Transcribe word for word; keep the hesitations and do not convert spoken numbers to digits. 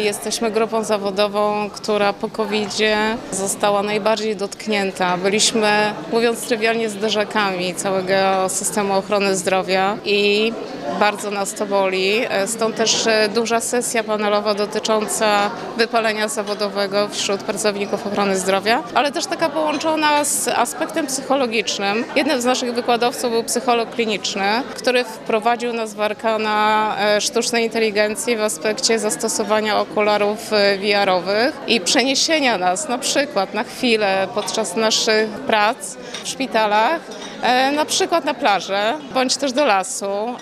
jesteśmy grupą zawodową, która po kowidzie została najbardziej dotknięta. Byliśmy, mówiąc trywialnie, zderzakami całego systemu ochrony zdrowia i bardzo nas to boli. Stąd też duża sesja panelowa dotycząca wypalenia zawodowego wśród pracowników ochrony zdrowia, ale też taka połączona z aspektem psychologiczm. Jednym z naszych wykładowców był psycholog kliniczny, który wprowadził nas w arkana sztucznej inteligencji w aspekcie zastosowania okularów V R-owych i przeniesienia nas na przykład na chwilę podczas naszych prac w szpitalach, na przykład na plażę, bądź też do lasu,